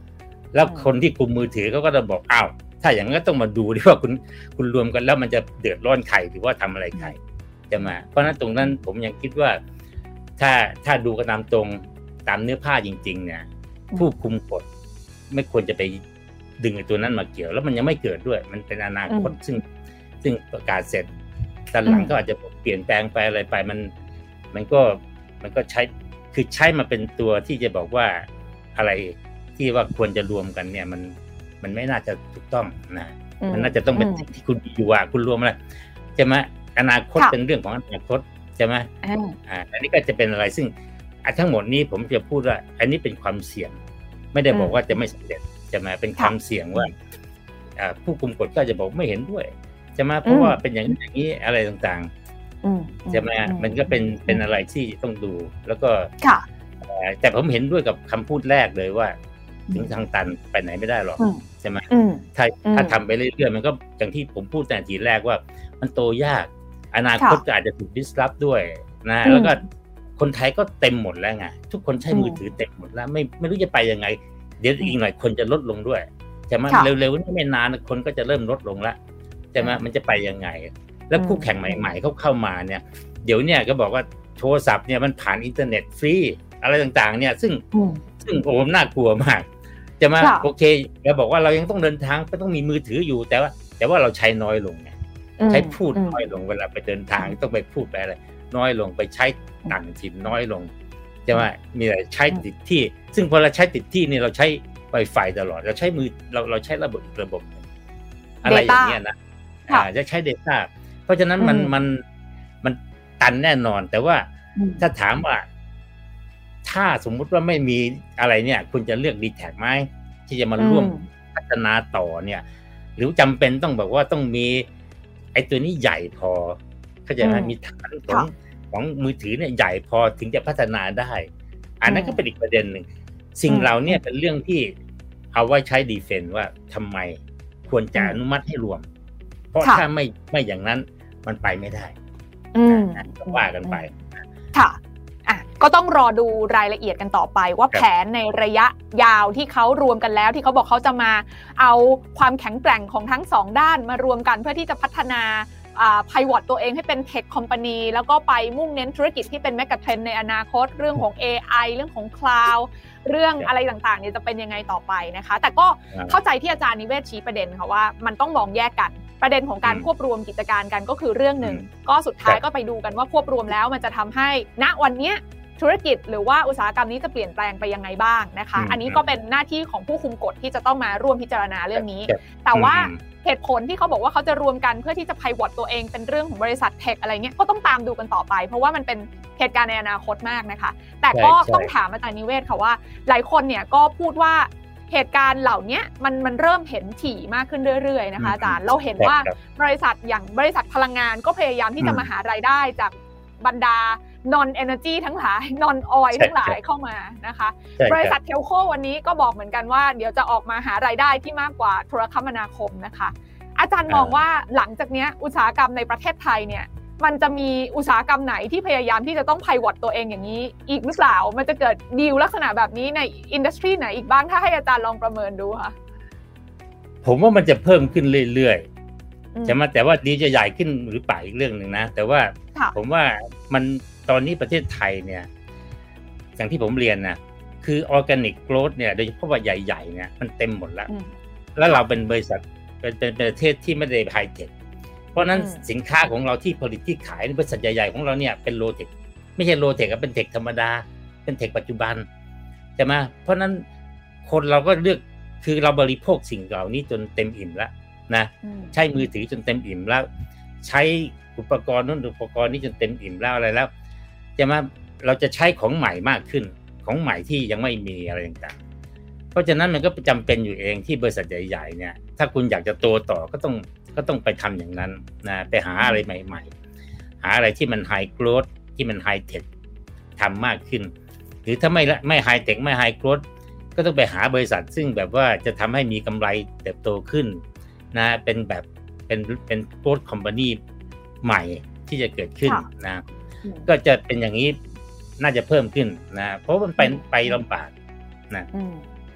S2: แล้วคนที่คุมมือถือเขาก็จะบอกอ้าวถ้าอย่างนั้นก็ต้องมาดูดิว่าคุณคุณรวมกันแล้วมันจะเดือดร้อนใครหรือว่าทำอะไรใครจะมาเพราะนั้นตรงนั้นผมยังคิดว่าถ้าถ้าดูกันตามตรงตามเนื้อผ้าจริงๆเนี่ยผู้คุมกฎไม่ควรจะไปดึงไอ้ตัวนั้นมาเกี่ยวแล้วมันยังไม่เกิดด้วยมันเป็นอนาคตซึ่งซึ่งประกาศเสร็จตอนหลังก็อาจจะเปลี่ยนแปลงไปอะไรไปมันมันก็มันก็ใช้คือใช้มาเป็นตัวที่จะบอกว่าอะไรที่ว่าควรจะรวมกันเนี่ยมันมันไม่น่าจะถูกต้องนะมันน่าจะต้องเป็นที่คุณอยู่อ่ะคุณรวมอะไรใช่ไหมอนาคตเป็นเรื่องของอนาคตใช่ไหมอ่าอันนี้ก็จะเป็นอะไรซึ่งทั้งหมดนี้ผมจะพูดว่าอันนี้เป็นความเสี่ยงไม่ได้บอกว่าจะไม่สำเร็จใช่ไหมเป็นความเสี่ยงว่าผู้คุมกฎก็จะบอกไม่เห็นด้วยใช่ไหมเพราะว่าเป็นอย่างนี้อย่างนี้อะไรต่างๆใช่ไหมมันก็เป็นเป็นอะไรที่ต้องดูแล้วก็แต่ผมเห็นด้วยกับคำพูดแรกเลยว่าถึงทางตันไปไหนไม่ได้หรอกใช่ไหมถ้าถ้าทำไปเรื่อยๆมันก็อย่างที่ผมพูดแต่ทีแรกว่ามันโตยากอนาคตก็อาจจะถูก disrupt ด้วยนะแล้วก็คนไทยก็เต็มหมดแล้วไงทุกคนใช้มือถือเต็มหมดแล้วไม่ไม่รู้จะไปยังไงเดี๋ยวอีกหน่อยคนจะลดลงด้วยใช่ไหมเร็วๆนี่ไม่นานคนก็จะเริ่มลดลงแล้วใช่ไหมมันจะไปยังไงแล้วคู่แข่งใหม่ๆเขาเข้ามาเนี่ยเดี๋ยวเนี่ยก็บอกว่าโทรศัพท์เนี่ยมันผ่านอินเทอร์เน็ตฟรีอะไรต่างๆเนี่ยซึ่งซึ่งโอ้น่ากลัวมากจะมาโอเคเราบอกว่าเรายังต้องเดินทางก็ต้องมีมือถืออยู่แต่ว่าแต่ว่าเราใช้น้อยลงไงใช้พูดน้อยลงเวลาไปเดินทางต้องไปพูดไปอะไรน้อยลงไปใช้ต่างถิ่นน้อยลงใช่ไหมมีอะไรใช้ติดที่ซึ่งพอเราใช้ติดที่นี่เราใช้ Wi-Fi ตลอดเราใช้มือเราเราใช้ระบบอีกระบบอะไรอย่างเงี้ยนะอ่าจะใช้ data เพราะฉะนั้นมันมันมันตันแน่นอนแต่ว่าถ้าถามว่าถ้าสมมุติว่าไม่มีอะไรเนี่ยคุณจะเลือก ดี แท็ก ไหมที่จะมาร่วมพัฒนาต่อเนี่ยหรือจำเป็นต้องบอกว่าต้องมีไอ้ตัวนี้ใหญ่พอเข้าใจไหมมีฐานของของมือถือเนี่ยใหญ่พอถึงจะพัฒนาได้อันนั้นก็เป็นอีกประเด็นหนึ่งสิ่งเหล่านี้เป็นเรื่องที่เอาไว้ใช้ดีเฟนส์ว่าทำไมควรจะอนุมัติให้รวมเพราะถ้าไม่ไม่อย่างนั้นมันไปไม่ได้ก็ว่ากันไป
S1: ค่ะอ่ะก็ต้องรอดูรายละเอียดกันต่อไปว่าแผนในระยะยาวที่เขารวมกันแล้วที่เขาบอกเขาจะมาเอาความแข็งแกร่งของทั้งสองด้านมารวมกันเพื่อที่จะพัฒนาไพวอตตัวเองให้เป็นเทคคอมพานีแล้วก็ไปมุ่งเน้นธุรกิจที่เป็นแมกะเทรนด์ในอนาคตเรื่องของ เอ ไอ เรื่องของคลาวด์เรื่องอะไรต่างๆเนี่ยจะเป็นยังไงต่อไปนะคะแต่ก็เข้าใจที่อาจารย์นิเวศชี้ประเด็นค่ะว่ามันต้องมองแยกกันประเด็นของการควบรวมกิจการกันก็คือเรื่องหนึ่งก็สุดท้ายก็ไปดูกันว่าควบรวมแล้วมันจะทำให้ณวันนี้ธุรกิจหรือว่าอุตสาหกรรมนี้จะเปลี่ยนแปลงไปยังไงบ้างนะคะอันนี้ก็เป็นหน้าที่ของผู้คุมกฎที่จะต้องมาร่วมพิจารณาเรื่องนี้แต่ว่าเหตุผลที่เขาบอกว่าเขาจะรวมกันเพื่อที่จะไพวอตตัวเองเป็นเรื่องของบริษัทเทคอะไรเงี้ยก็ต้องตามดูกันต่อไปเพราะว่ามันเป็นเหตุการณ์ในอนาคตมากนะคะแต่ก็ต้องถามอาจารย์นิเวศค่ะว่าหลายคนเนี่ยก็พูดว่าเหตุการณ์เหล่านี้มันมันเริ่มเห็นถี่มากขึ้นเรื่อยๆนะคะอาจารย์เราเห็นว่าบริษัทอย่างบริษัทพลังงานก็พยายามที่จะมาหารายได้จากบรรดา non energy ทั้งหลาย non oil ทั้งหลายเข้ามานะคะบริษัทเทลโควันนี้ก็บอกเหมือนกันว่าเดี๋ยวจะออกมาหารายได้ที่มากกว่าโทรคมนาคมนะคะอาจารย์มองว่าหลังจากนี้อุตสาหกรรมในประเทศไทยเนี่ยมันจะมีอุตสาหกรรมไหนที่พยายามที่จะต้องไพวอตตัวเองอย่างนี้อีกหรือเปล่ามันจะเกิดดีลลักษณะแบบนี้ในอินดัสทรีไหนอีกบ้างถ้าให้อาจารย์ลองประเมินดูค่ะ
S2: ผมว่ามันจะเพิ่มขึ้นเรื่อยๆจะมาแต่ว่าดีจะใหญ่ขึ้นหรือเปล่าอีกเรื่องหนึ่งนะแต่ว่าผมว่ามันตอนนี้ประเทศไทยเนี่ยอย่างที่ผมเรียนนะคือออร์แกนิกโกรทเนี่ยโดยเฉพาะว่าใหญ่ๆเนี่ยมันเต็มหมดแล้วแล้วเราเป็นบริษัทเป็นเป็นประเทศที่ไม่ได้ไฮเทคเพราะนั้นสินค้าของเราที่ผลิตที่ขายบริษัทใหญ่ๆของเราเนี่ยเป็นโลเทคไม่ใช่โลเทคก็เป็นเทคธรรมดาเป็นเทคปัจจุบันใช่ไหมเพราะนั้นคนเราก็เลือกคือเราบริโภคสิ่งเหล่านี้จนเต็มอิ่มแล้วนะใช้มือถือจนเต็มอิ่มแล้วใช้อุปกรณ์นู้นอุปกรณ์นี้จนเต็มอิ่มแล้วอะไรแล้วใช่ไหมเราจะใช้ของใหม่มากขึ้นของใหม่ที่ยังไม่มีอะไรต่างๆเพราะฉะนั้นมันก็จำเป็นอยู่เองที่บริษัทใหญ่ๆเนี่ยถ้าคุณอยากจะโตต่อก็ต้องก็ต้องไปทำอย่างนั้นนะไปหาอะไรใหม่ๆหาอะไรที่มันไฮโกรทที่มันไฮเทคทำมากขึ้นหรือถ้าไม่ไม่ไฮเทคไม่ไฮโกรทก็ต้องไปหาบริษัทซึ่งแบบว่าจะทำให้มีกำไรเติบโตขึ้นนะเป็นแบบเป็นเป็นโกรทคอมพานีใหม่ที่จะเกิดขึ้นนะก็จะเป็นอย่างนี้น่าจะเพิ่มขึ้นนะเพราะมันไปไปลำบากนะ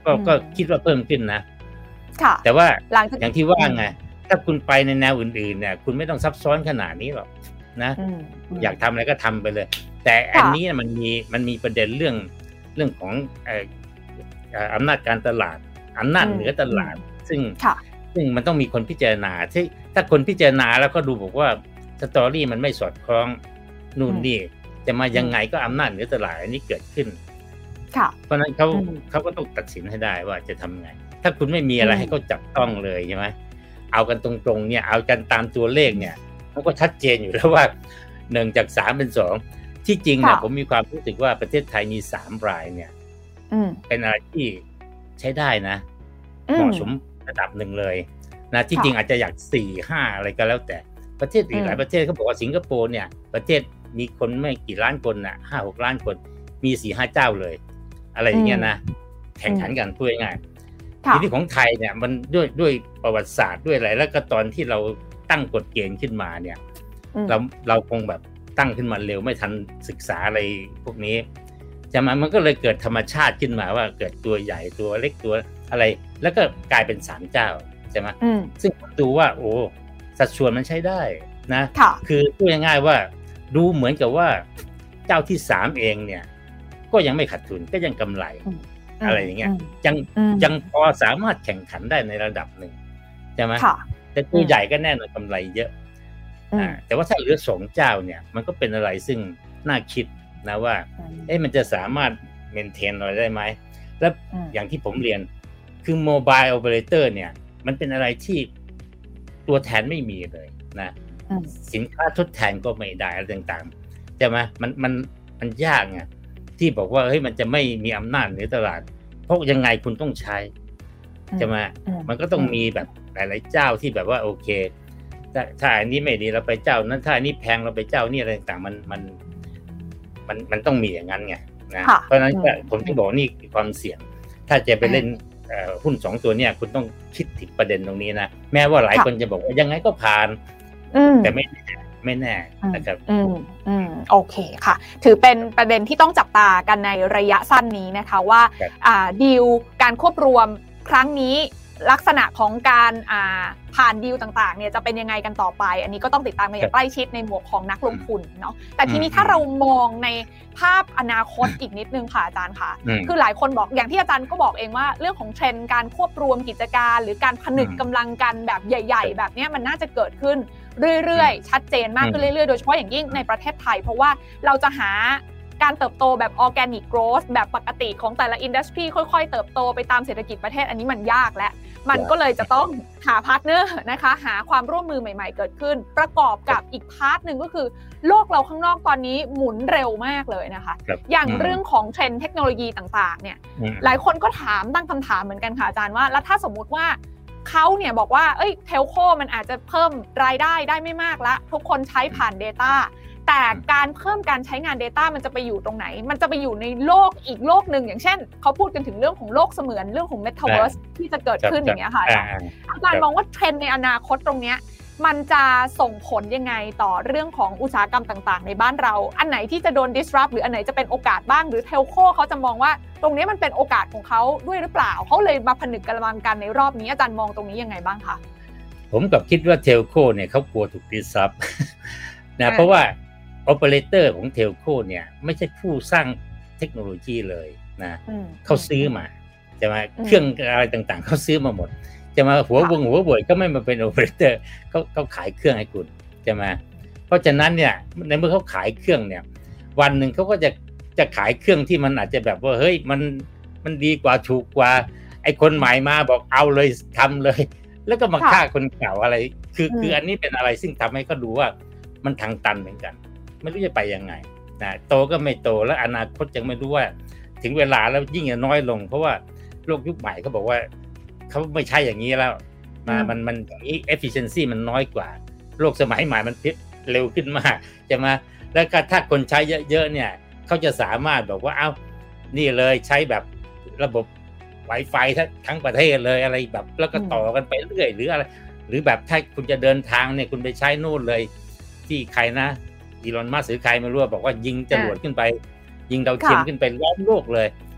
S2: ก็ก็คิดว่าเพิ่มขึ้นนะแต่ว่าอย่างที่ว่าไงถ้าคุณไปในแนวอื่นๆเนี่ยคุณไม่ต้องซับซ้อนขนาดนี้หรอกนะอยากทำอะไรก็ทำไปเลยแต่อันนี้มันมีมันมีประเด็นเรื่องเรื่องของอำนาจการตลาดอำนาจเหนือตลาดซึ่งซึ่งมันต้องมีคนพิจารณาที่ถ้าคนพิจารณาแล้วก็ดูบอกว่าสตอรี่มันไม่สอดคล้องนู่นนี่จะมายังไงก็อำนาจเหนือตลาดอันนี้เกิดขึ้นเพราะนั้นเขาเขาก็ต้องตัดสินให้ได้ว่าจะทำไงถ้าคุณไม่มีอะไรให้เขาจับต้องเลยใช่ไหมเอากันตรงๆเนี่ยเอากันตามตัวเลขเนี่ยเขาก็ชัดเจนอยู่แล้วว่าหนึ่งจากสามเป็นสองที่จริงเนี่ยผมมีความรู้สึกว่าประเทศไทยมีสามรายเนี่ยเป็นอะไรที่ใช้ได้นะเหมาะสมระดับหนึ่งเลยนะที่จริงอาจจะอยากสี่ห้าอะไรก็แล้วแต่ประเทศอีกหลายประเทศเขาบอกว่าสิงคโปร์เนี่ยประเทศมีคนไม่กี่ล้านคนน่ะห้าหกล้านคนมีสี่ห้าเจ้าเลยอะไรอย่างเงี้ยนะแข่งขันกันพูดง่ายๆทีนี้ของไทยเนี่ยมันด้วยด้วยประวัติศาสตร์ด้วยอะไรแล้วก็ตอนที่เราตั้งกฎเกณฑ์ขึ้นมาเนี่ยเราเราคงแบบตั้งขึ้นมาเร็วไม่ทันศึกษาอะไรพวกนี้จะมามันก็เลยเกิดธรรมชาติขึ้นมาว่าเกิดตัวใหญ่ตัวเล็กตัวอะไรแล้วก็กลายเป็นสามเจ้าใช่ไหมซึ่งดูว่าโอ้สัดส่วนมันใช้ได้นะคือพูดง่ายๆว่าดูเหมือนกับว่าเจ้าที่สามเองเนี่ยก็ยังไม่ขาดทุนก็ยังกำไรอะไรอย่างเงี้ยยังยังพอสามารถแข่งขันได้ในระดับหนึ่งใช่ไหมแต่ตัวใหญ่ก็แน่นอนกำไรเยอะอ่าแต่ว่าถ้าเหลือสองเจ้าเนี่ยมันก็เป็นอะไรซึ่งน่าคิดนะว่าเอ๊ะมันจะสามารถเมนเทนอะไรได้ไหมและอย่างที่ผมเรียนคือโมบายโอเปอเรเตอร์เนี่ยมันเป็นอะไรที่ตัวแทนไม่มีเลยนะสินค้าทดแทนก็ไม่ได้อะไรต่างๆใช่ไหมมันมันมันยากไงที่บอกว่าเฮ้ยมันจะไม่มีอำนาจในตลาดเพราะยังไงคุณต้องใช้ใช่ไหมมันก็ต้องมีแบบหลายๆเจ้าที่แบบว่าโอเคถ้าถ้าอันนี้ไม่ดีเราไปเจ้านั้นถ้าอันนี้แพงเราไปเจ้านี่อะไรต่างๆมันมันมันมันต้องมีอย่างนั้นไงนะเพราะฉะนั้นผมที่บอกนี่คือความเสี่ยงถ้าจะไปเล่นหุ้นสองตัวเนี่ยคุณต้องคิดถึงประเด็นตรงนี้นะแม้ว่าหลายคนจะบอกว่ายังไงก็ผ่านแต่ไม่แน่ไม่แน่นะครับ
S1: อืมอืมโอเคค่ะถือเป็นประเด็นที่ต้องจับตากันในระยะสั้นนี้นะคะว่าอ่าดีลการควบรวมครั้งนี้ลักษณะของการอ่าผ่านดีลต่างๆเนี่ยจะเป็นยังไงกันต่อไปอันนี้ก็ต้องติดตามกันอย่างใกล้ชิดในหมวกของนักลงทุนเนาะแต่ทีนี้ถ้าเรามองในภาพอนาคตอีกนิดนึงค่ะอาจารย์ค่ะคือหลายคนบอกอย่างที่อาจารย์ก็บอกเองว่าเรื่องของเทรนด์การควบรวมกิจการหรือการผนึกกำลังกันแบบใหญ่ๆแบบนี้มันน่าจะเกิดขึ้นเรื่อยๆชัดเจนมากขึ้นเรื่อยๆโดยเฉพาะอย่างยิ่งในประเทศไทยเพราะว่าเราจะหาการเติบโตแบบ organic growth แบบปกติของแต่ละอินดัสทรีค่อยๆเติบโตไปตามเศรษฐกิจประเทศอันนี้มันยากและมันก็เลยจะต้องหาพาร์ทเนอร์นะคะหาความร่วมมือใหม่ๆเกิดขึ้นประกอบกับอีกพาร์ทหนึ่งก็คือโลกเราข้างนอกตอนนี้หมุนเร็วมากเลยนะคะอย่างเรื่องของเทรนด์เทคโนโลยีต่างๆเนี่ยหลายคนก็ถามตั้งคำถามเหมือนกันค่ะอาจารย์ว่าแล้วถ้าสมมุติว่าเขาเนี่ยบอกว่าเอ้ยเทลโคมันอาจจะเพิ่มรายได้ได้ไม่มากละทุกคนใช้ผ่าน Data แต่การเพิ่มการใช้งาน Data มันจะไปอยู่ตรงไหนมันจะไปอยู่ในโลกอีกโลกหนึ่งอย่างเช่นเขาพูดกันถึงเรื่องของโลกเสมือนเรื่องของ Metaverse ที่จะเกิดขึ้นอย่างเงี้ยค่ะอาจารย์มองว่าเทรนด์ในอนาคตตรงเนี้ยมันจะส่งผลยังไงต่อเรื่องของอุตสาหกรรมต่างๆในบ้านเราอันไหนที่จะโดน disrupt หรืออันไหนจะเป็นโอกาสบ้างหรือเทลโคเขาจะมองว่าตรงนี้มันเป็นโอกาสของเขาด้วยหรือเปล่าเขาเลยมาผนึกกำลังกันในรอบนี้อาจารย์มองตรงนี้ยังไงบ้างคะ
S2: ผมกับคิดว่าเทลโคเนี่ยเขากลัวถูก disrupt นะเพราะว่าโอเปอเรเตอร์ของเทลโคเนี่ยไม่ใช่ผู้สร้างเทคโนโลยีเลยนะเขาซื้อมาใช่ไหมเครื่องอะไรต่างๆเขาซื้อมาหมดจะมาหัววงหัวบวยก็ไม่มาเป็นโอเปอเรเตอร์เขาเขาขายเครื่องให้คุณใช่ไหมเพราะฉะนั้นเนี่ยในเมื่อเขาขายเครื่องเนี่ยวันหนึ่งเขาก็จะจะขายเครื่องที่มันอาจจะแบบว่าเฮ้ยมันมันดีกว่าถูกกว่าไอ้คนใหม่มาบอกเอาเลยทำเลยแล้วก็มาฆ่าคนเก่าอะไรคือคืออันนี้เป็นอะไรซึ่งทำให้เขาดูว่ามันทางตันเหมือนกันไม่รู้จะไปยังไงนะโตก็ไม่โตแล้วอนาคตยังไม่รู้ว่าถึงเวลาแล้วยิ่งจะน้อยลงเพราะว่าโลกยุคใหม่เขาบอกว่าเขาไม่ใช่อย่างนี้แล้วมามันมันอย่างนี้ efficiency มันน้อยกว่าโลกสมัยใหม่มันเร็วขึ้นมากจะมาแล้วก็ถ้าคนใช้เยอะๆเนี่ยเขาจะสามารถบอกว่าเอ้านี่เลยใช้แบบระบบ Wi-Fi ทั้งประเทศเลยอะไรแบบแล้วก็ต่อกันไปเรื่อยหรืออะไรหรือแบบถ้าคุณจะเดินทางเนี่ยคุณไปใช้นู่นเลยที่ใครนะอีลอนมัสก์หรือใครไม่รู้บอกว่ายิงจรวดขึ้นไปยิงดาวเทียมขึ้นไปล้อมโลกเลย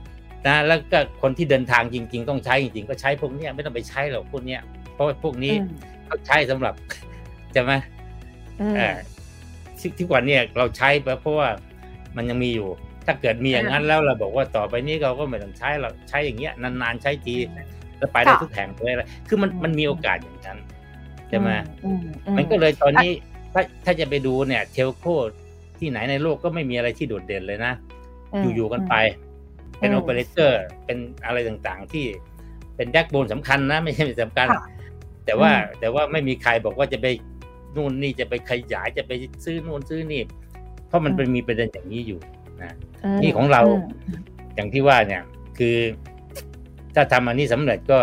S2: นะแล้วก็คนที่เดินทางจริงๆต้องใช้จริงๆก็ใช้พวกนี้ไม่ต้องไปใช้หรอกพวกนี้เพราะว่าพวกนี้เขาใช้สำหรับใช่ไหมเออที่วันนี้เราใช้เพราะว่ามันยังมีอยู่ถ้าเกิดมีอย่างนั้นแล้วเราบอกว่าต่อไปนี้เราก็ไม่ต้องใช้เราใช้อย่างเงี้ยนานๆใช้ทีแล้วไปได้ทุกแห่งเลยอะไรคือมันมันมีโอกาสอย่างนั้นใช่ไหมมันก็เลยตอนนี้ถ้าถ้าจะไปดูเนี่ยเทลโคที่ไหนในโลกก็ไม่มีอะไรที่โดดเด่นเลยนะอยู่ๆกันไปเป็นโอเปอเรเตอร์เป็นอะไรต่างๆที่เป็นแบ็คโบนสำคัญนะไม่ใช่สำคัญแต่ว่าแต่ว่าไม่มีใครบอกว่าจะไปนู่นนี่จะไปขยายจะไปซื้อนู่นซื้อนี่เพราะมันเป็นมีประเด็นอย่างนี้อยู่นะนี่ของเราอย่างที่ว่าเนี่ยคือถ้าทำอันนี้สำเร็จก็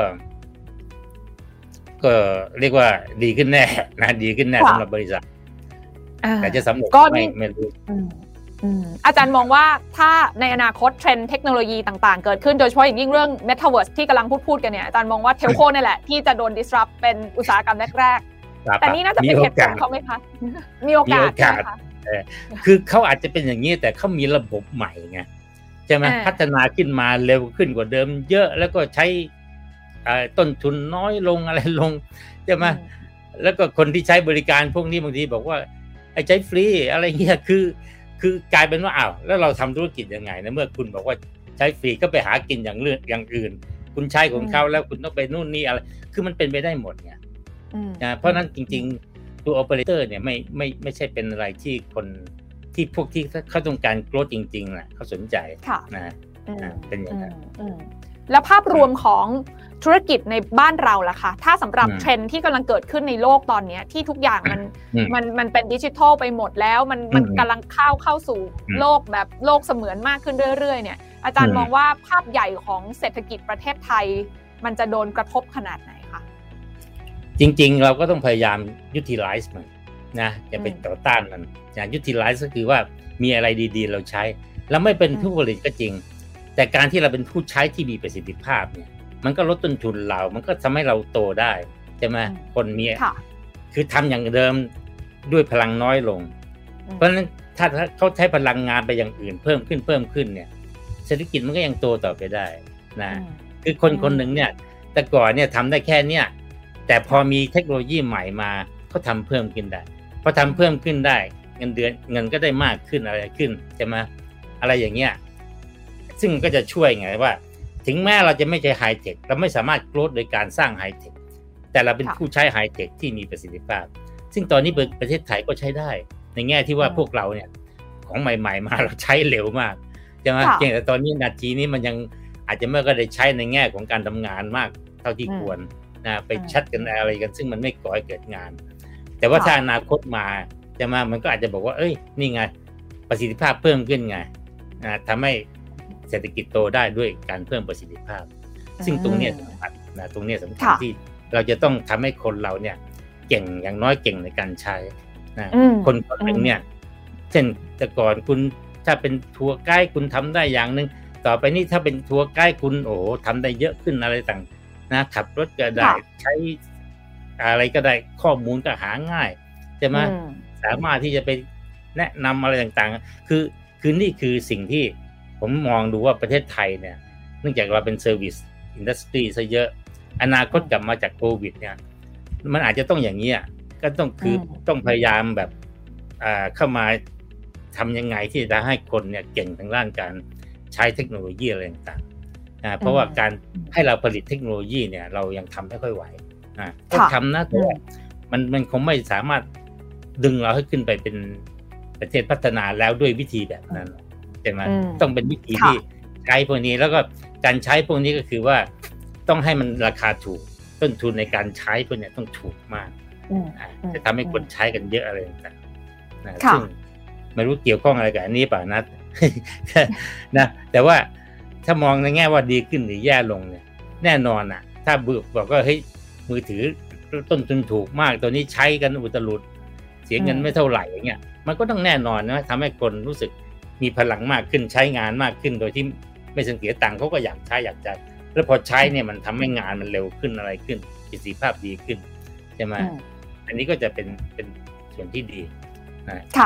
S2: ก็เรียกว่าดีขึ้นแน่นะดีขึ้นแน่สำหรับบริษัทแต่จะสำเร็จไม่ไม่รู้
S1: อาจารย์มองว่าถ้าในอนาคตเทรนด์เทคโนโลยีต่างๆเกิดขึ้นโดยเฉพาะอย่างยิ่งเรื่อง Metaverse ที่กำลังพูดพูดกันเนี่ยอาจารย์มองว่าเทลโคนี่แหละที่จะโดน disrupt เป็นอุตสาหกรรมแรกๆแต่นี่น่าจะเป็นเหตุผลเขาไหมคะมีโอกาสค่ะ
S2: คือเขาอาจจะเป็นอย่างนี้แต่เขามีระบบใหม่ไงใช่ไหมพัฒนาขึ้นมาเร็วขึ้นกว่าเดิมเยอะแล้วก็ใช้ต้นทุนน้อยลงอะไรลงใช่ไหมแล้วก็คนที่ใช้บริการพวกนี้บางทีบอกว่าไอ้ใช้ฟรีอะไรเงี้ยคือคือกลายเป็นว่าอ้าวแล้วเราทำธุรกิจยังไงนะเมื่อคุณบอกว่าใช้ฟรีก็ไปหากินอย่างเรื่องอย่างอื่นคุณใช้ของเขาแล้วคุณต้องไปนู่นนี่อะไรคือมันเป็นไปได้หมดไงนะเพราะนั้นจริงๆตัวโอเปอเรเตอร์เนี่ยไม่ไม่ไม่ใช่เป็นอะไรที่คนที่พวกที่เขาต้องการโกรธจริงๆนะเขาสนใจนะเป็นอย่างนั้น
S1: แล้วภาพรวมของธุรกิจในบ้านเราล่ะคะถ้าสำหรับเทรนด์ที่กำลังเกิดขึ้นในโลกตอนนี้ที่ทุกอย่างมันมันมันเป็นดิจิทัลไปหมดแล้วมันมันกำลังเข้าเข้าสู่โลกแบบโลกเสมือนมากขึ้นเรื่อยๆเนี่ยอาจารย์มองว่าภาพใหญ่ของเศรษฐกิจประเทศไทยมันจะโดนกระทบขนาดไหนคะ
S2: จริงๆเราก็ต้องพยายาม utilize มันนะอย่าไปต่อต้านมันอย่าง utilize ก็คือว่ามีอะไรดีๆเราใช้แล้วไม่เป็นผู้ผลิตก็จริงแต่การที่เราเป็นผู้ใช้ที่มีประสิทธิภาพเนี่ยมันก็ลดต้นทุนเรามันก็ทำให้เราโตได้ใช่ไหมคนมีคือทำอย่างเดิมด้วยพลังน้อยลงเพราะฉะนั้นถ้าเขาใช้พลังงานไปอย่างอื่นเพิ่มขึ้นเพิ่มขึ้นเนี่ยเศรษฐกิจมันก็ยังโตต่อไปได้นะคือคนคนหนึ่งเนี่ยแต่ก่อนเนี่ยทำได้แค่เนี้ยแต่พอมีเทคโนโลยีใหม่มาเขาทำเพิ่มขึ้นได้พอทำเพิ่มขึ้นได้เงินเดือนเงินก็ได้มากขึ้นอะไรขึ้นใช่ไหมอะไรอย่างเงี้ยซึ่งก็จะช่วยไงว่าถึงแม้เราจะไม่ใช่ไฮเทคเราไม่สามารถโกรธโดยการสร้างไฮเทคแต่เราเป็นผู้ใช้ไฮเทคที่มีประสิทธิภาพซึ่งตอนนี้ประเทศไทยก็ใช้ได้ในแง่ที่ว่าพวกเราเนี่ยของใหม่ๆมาเราใช้เร็วมากใช่ไหมเพียงแต่ตอนนี้นาทีนี้มันยังอาจจะไม่ก็ได้ใช้ในแง่ของการทำงานมากเท่าที่ควรนะไปแชทกันอะไรกันซึ่งมันไม่ก่อให้เกิดงานแต่ว่าถ้าอนาคตมาจะมามันก็อาจจะบอกว่าเอ้ยนี่ไงประสิทธิภาพเพิ่มขึ้นไงนะทำให้เศรษฐกิจโตได้ด้วยการเพิ่มประสิทธิภาพซึ่งตรงนี้สำคัญนะตรงนี้สำคัญที่เราจะต้องทำให้คนเราเนี่ยเก่งอย่างน้อยเก่งในการใช้นะคนคนหนึ่งเนี่ยเช่นแต่ก่อนคุณถ้าเป็นทัวร์ไกด์คุณทำได้อย่างนึงต่อไปนี้ถ้าเป็นทัวร์ไกด์คุณโอ้โหทำได้เยอะขึ้นอะไรต่างนะขับรถก็ได้ใช้อะไรก็ได้ข้อมูลก็หาง่ายใช่ไหมสามารถที่จะไปแนะนำอะไรต่างๆคือคือนี่คือสิ่งที่ผมมองดูว่าประเทศไทยเนี่ยเนื่องจากเราเป็นเซอร์วิสอินดัสทรีซะเยอะอนาคตกลับมาจากโควิดเนี่ยมันอาจจะต้องอย่างนี้ก็ต้องคือต้องพยายามแบบอ่าเข้ามาทำยังไงที่จะให้คนเนี่ยเก่งทางด้านการใช้เทคโนโลยีอะไรต่างๆนะเพราะว่าการให้เราผลิตเทคโนโลยีเนี่ยเรายังทำไม่ค่อยไหวอ่าก็ทำนะแต่มันมันคงไม่สามารถดึงเราให้ขึ้นไปเป็นประเทศพัฒนาแล้วด้วยวิธีแบบนั้นใช่ไหมต้องเป็นวิธีที่ใช้พวกนี้แล้วก็การใช้พวกนี้ก็คือว่าต้องให้มันราคาถูกต้นทุนในการใช้พวกนี้ต้องถูกมากจะทำให้คนใช้กันเยอะอะไรต่างๆนะซึ่งไม่รู้เกี่ยวข้องอะไรกับอันนี้ป่ะนัดนะแต่ว่าถ้ามองในแง่ว่าดีขึ้นหรือแย่ลงเนี่ยแน่นอนอ่ะถ้าบอกว่าเฮ้ยมือถือต้นทุนถูกมากตัวนี้ใช้กันอุตลุดเสียเงินไม่เท่าไหร่อย่างเงี้ยมันก็ต้องแน่นอนนะทำให้คนรู้สึกมีพลังมากขึ้นใช้งานมากขึ้นโดยที่ไม่เสียตังค์เขาก็อยากใช้อยากจะแล้วพอใช้เนี่ยมันทำให้งานมันเร็วขึ้นอะไรขึ้นประสิทธิภาพดีขึ้นใช่ไหมอันนี้ก็จะเป็นเป็นส่วนที่ดีนะ
S1: ค่ะ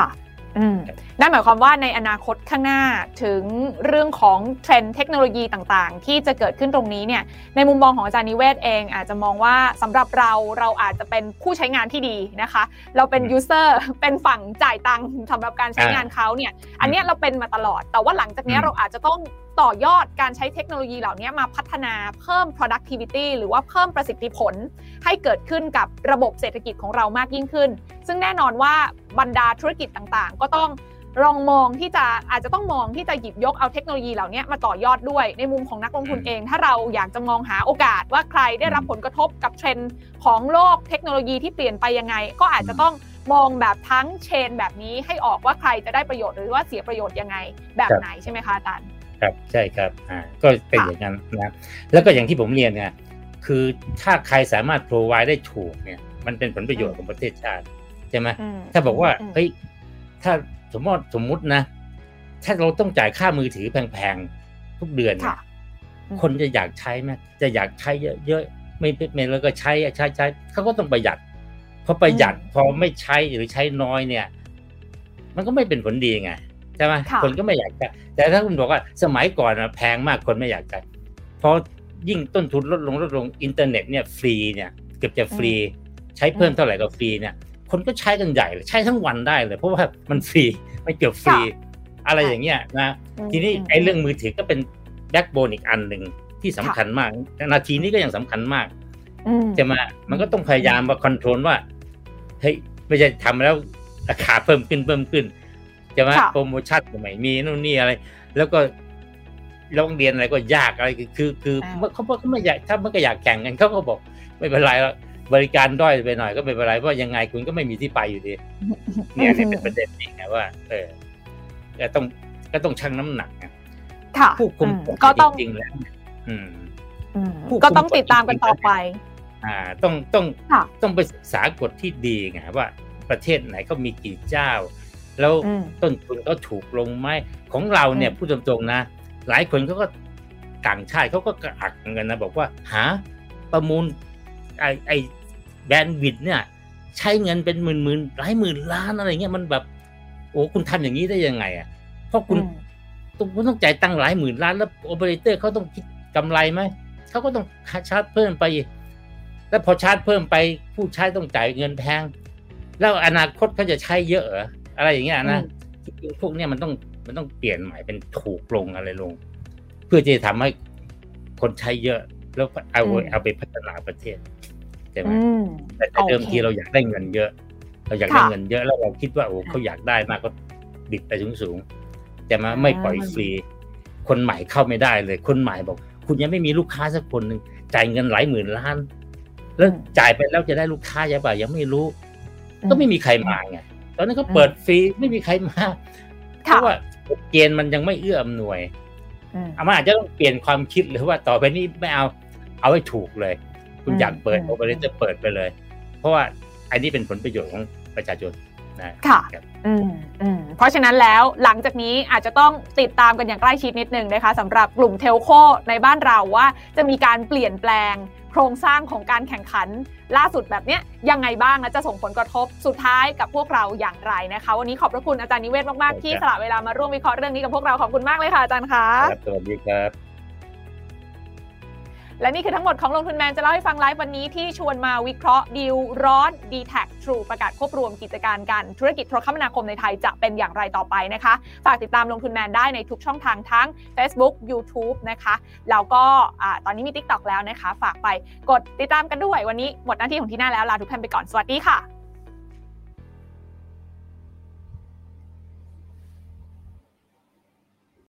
S1: นั่นหมายความว่าในอนาคตข้างหน้าถึงเรื่องของเทรนด์เทคโนโลยีต่างๆที่จะเกิดขึ้นตรงนี้เนี่ยในมุมมองของอาจารย์นิเวศเองอาจจะมองว่าสำหรับเราเราอาจจะเป็นผู้ใช้งานที่ดีนะคะเราเป็นยูเซอร์เป็นฝั่งจ่ายตังค์สำหรับการใช้งานเขาเนี่ยอันนี้เราเป็นมาตลอดแต่ว่าหลังจากนี้เราอาจจะต้องต่อยอดการใช้เทคโนโลยีเหล่านี้มาพัฒนาเพิ่ม productivity หรือว่าเพิ่มประสิทธิผลให้เกิดขึ้นกับระบบเศรษฐกิจของเรามากยิ่งขึ้นซึ่งแน่นอนว่าบรรดาธุรกิจต่างๆก็ต้องลองมองที่จะอาจจะต้องมองที่จะหยิบยกเอาเทคโนโลยีเหล่านี้มาต่อยอดด้วยในมุมของนักลงทุนเองถ้าเราอยากจะมองหาโอกาสว่าใครได้รับผลกระทบกับเทรนด์ของโลกเทคโนโลยีที่เปลี่ยนไปยังไงก็อาจจะต้องมองแบบทั้งเชนแบบนี้ให้ออกว่าใครจะได้ประโยชน์หรือว่าเสียประโยชน์ยังไงแบบไหนใช่ไหมคะอาจารย์
S2: ครับใช่ครับอ่าก็เป็นอย่างนั้นนะแล้วก็อย่างที่ผมเรียนเนี่ยคือถ้าใครสามารถ provide ได้ถูกเนี่ยมันเป็นผลประโยชน์ของประเทศชาติใช่ไหมถ้าบอกว่าเฮ้ยถ้าสมมติสมมุตินะถ้าเราต้องจ่ายค่ามือถือแพงๆทุกเดือนคนจะอยากใช้ไหมจะอยากใช้เยอะๆไม่ไม่แล้วก็ใช้ใช้ใช้เขาก็ต้องประหยัดพอประหยัดพอไม่ใช้หรือใช้น้อยเนี่ยมันก็ไม่เป็นผลดีไงใช่ไหมคนก็ไม่อยากใช้แต่ถ้าคุณบอกว่าสมัยก่อนนะแพงมากคนไม่อยากใช้พอยิ่งต้นทุนลดลงลดลงอินเทอร์เน็ตเนี่ยฟรีเนี่ยเกือบจะฟรีใช้เพิ่มเท่าไหร่ก็ฟรีเนี่ยคนก็ใช้กันใหญ่เลยใช้ทั้งวันได้เลยเพราะว่ามันฟรีไม่เกือบฟรีอะไรอย่างเงี้ยนะทีนี้ไอ้เรื่องมือถือก็เป็นแบ็คโบนอีกอันหนึ่งที่สำคัญมากนาทีนี้ก็ยังสำคัญมากใช่ไหมมันก็ต้องพยายามมาคอนโทรลว่าเฮ้ยไม่ใช่ทำแล้วราคาเพิ่มขึ้นเพิ่มขึ้นใช่ไหมโปรโมชั่นใหม่มีนู่นนี่อะไรแล้วก็โรงเรียนอะไรก็ยากอะไรคือคือเขาเขาไม่อยากถ้ามันก็อยากแข่งกันเขาก็บอกไม่เป็นไรแล้วบริการด้อยไปหน่อยก็ไม่เป็นไรเพราะยังไงคุณก็ไม่มีที่ไปอยู่ดีเนี่ยนี่เป็นประเด็นนี่ไงว่าเออก็ต้องก็ต้องชั่งน้ำหนักนะผู้คุม
S1: ก็ต้อง
S2: จริงแล้วอืม
S1: ก็ต้องติดตามกันต่อไป
S2: อ่าต้องต้องต้องไปศึกษากฎที่ดีไงว่าประเทศไหนก็มีกี่เจ้าแล้วต้นทุนก็ถูกลงไหมของเราเนี่ยพูดตรงๆนะหลายคนเขาก็ต่างชาติเขาก็กระอักกันนะบอกว่าหาประมูลไอไอแบนด์วิดต์เนี่ยใช้เงินเป็นหมื่นๆหลายหมื่นล้านอะไรเงี้ยมันแบบโอ้คุณทำอย่างนี้ได้ยังไงอ่ะเพราะคุณต้องคุณต้องจ่ายตังค์หลายหมื่นล้านแล้วโอเปอเรเตอร์เขาต้องคิดกำไรไหมเขาก็ต้องชาร์จเพิ่มไปแล้วพอชาร์จเพิ่มไปผู้ใช้ต้องจ่ายเงินแพงแล้วอนาคตเขาจะใช้เยอะเหรออะไรอย่างเงี้ยนะพวกเนี้ยมันต้องมันต้องเปลี่ยนใหม่เป็นถูกลงอะไรลงเพื่อจะทำให้คนใช้เยอะแล้วเอาเอาไปพัฒนาประเทศใช่ไหมแต่เดิมทีเราอยากได้เงินเยอะเราอยากได้เงินเยอะแล้วเราคิดว่าโอ้เขาอยากได้มากก็บิดไปสูงสูงแต่มาไม่ปล่อยฟรีคนใหม่เข้าไม่ได้เลยคนใหม่บอกคุณยังไม่มีลูกค้าสักคนหนึ่งจ่ายเงินหลายหมื่นล้านแล้วจ่ายไปแล้วจะได้ลูกค้ายังเปล่ายังไม่รู้ก็ไม่มีใครมาไงตอนนั้นก็เปิดฟรีไม่มีใครมาเพราะว่าเกณฑ์มันยังไม่เอื้ออำนวยอามาอาจจะต้องเปลี่ยนความคิดหรือว่าต่อไปนี้ไม่เอาเอาให้ถูกเลยคุณอยากเปิดโอเปอเรเตอร์เปิดไปเลยเพราะว่าอันนี้เป็นผลประโยชน์ของประชาชนนะ
S1: ค่ะอืมอืมเพราะฉะนั้นแล้วหลังจากนี้อาจจะต้องติดตามกันอย่างใกล้ชิดนิดนึงนะคะสำหรับกลุ่มเทลโคในบ้านเราว่าจะมีการเปลี่ยนแปลงโครงสร้างของการแข่งขันล่าสุดแบบเนี้ยยังไงบ้างและจะส่งผลกระทบสุดท้ายกับพวกเราอย่างไรนะคะวันนี้ขอบพระคุณอาจารย์นิเวศมากๆที่สละเวลามาร่วมวิเคราะห์เรื่องนี้กับพวกเราขอบคุณมากเลยค่ะอาจารย์คะ
S2: สวัสดีครับ
S1: และนี่คือทั้งหมดของลงทุนแมนจะเล่าให้ฟังไลฟ์วันนี้ที่ชวนมาวิเคราะห์ดีลร้อน ดี แท็ก True ประกาศควบรวมกิจการการธุรกิจโทรคมนาคมในไทยจะเป็นอย่างไรต่อไปนะคะฝากติดตามลงทุนแมนได้ในทุกช่องทางทั้ง Facebook YouTube นะคะแล้วก็ตอนนี้มี TikTok แล้วนะคะฝากไปกดติดตามกันด้วยวันนี้หมดหน้าที่ของที่หน้าแล้วลาทุกท่านไปก่อนสวัสดีค่ะ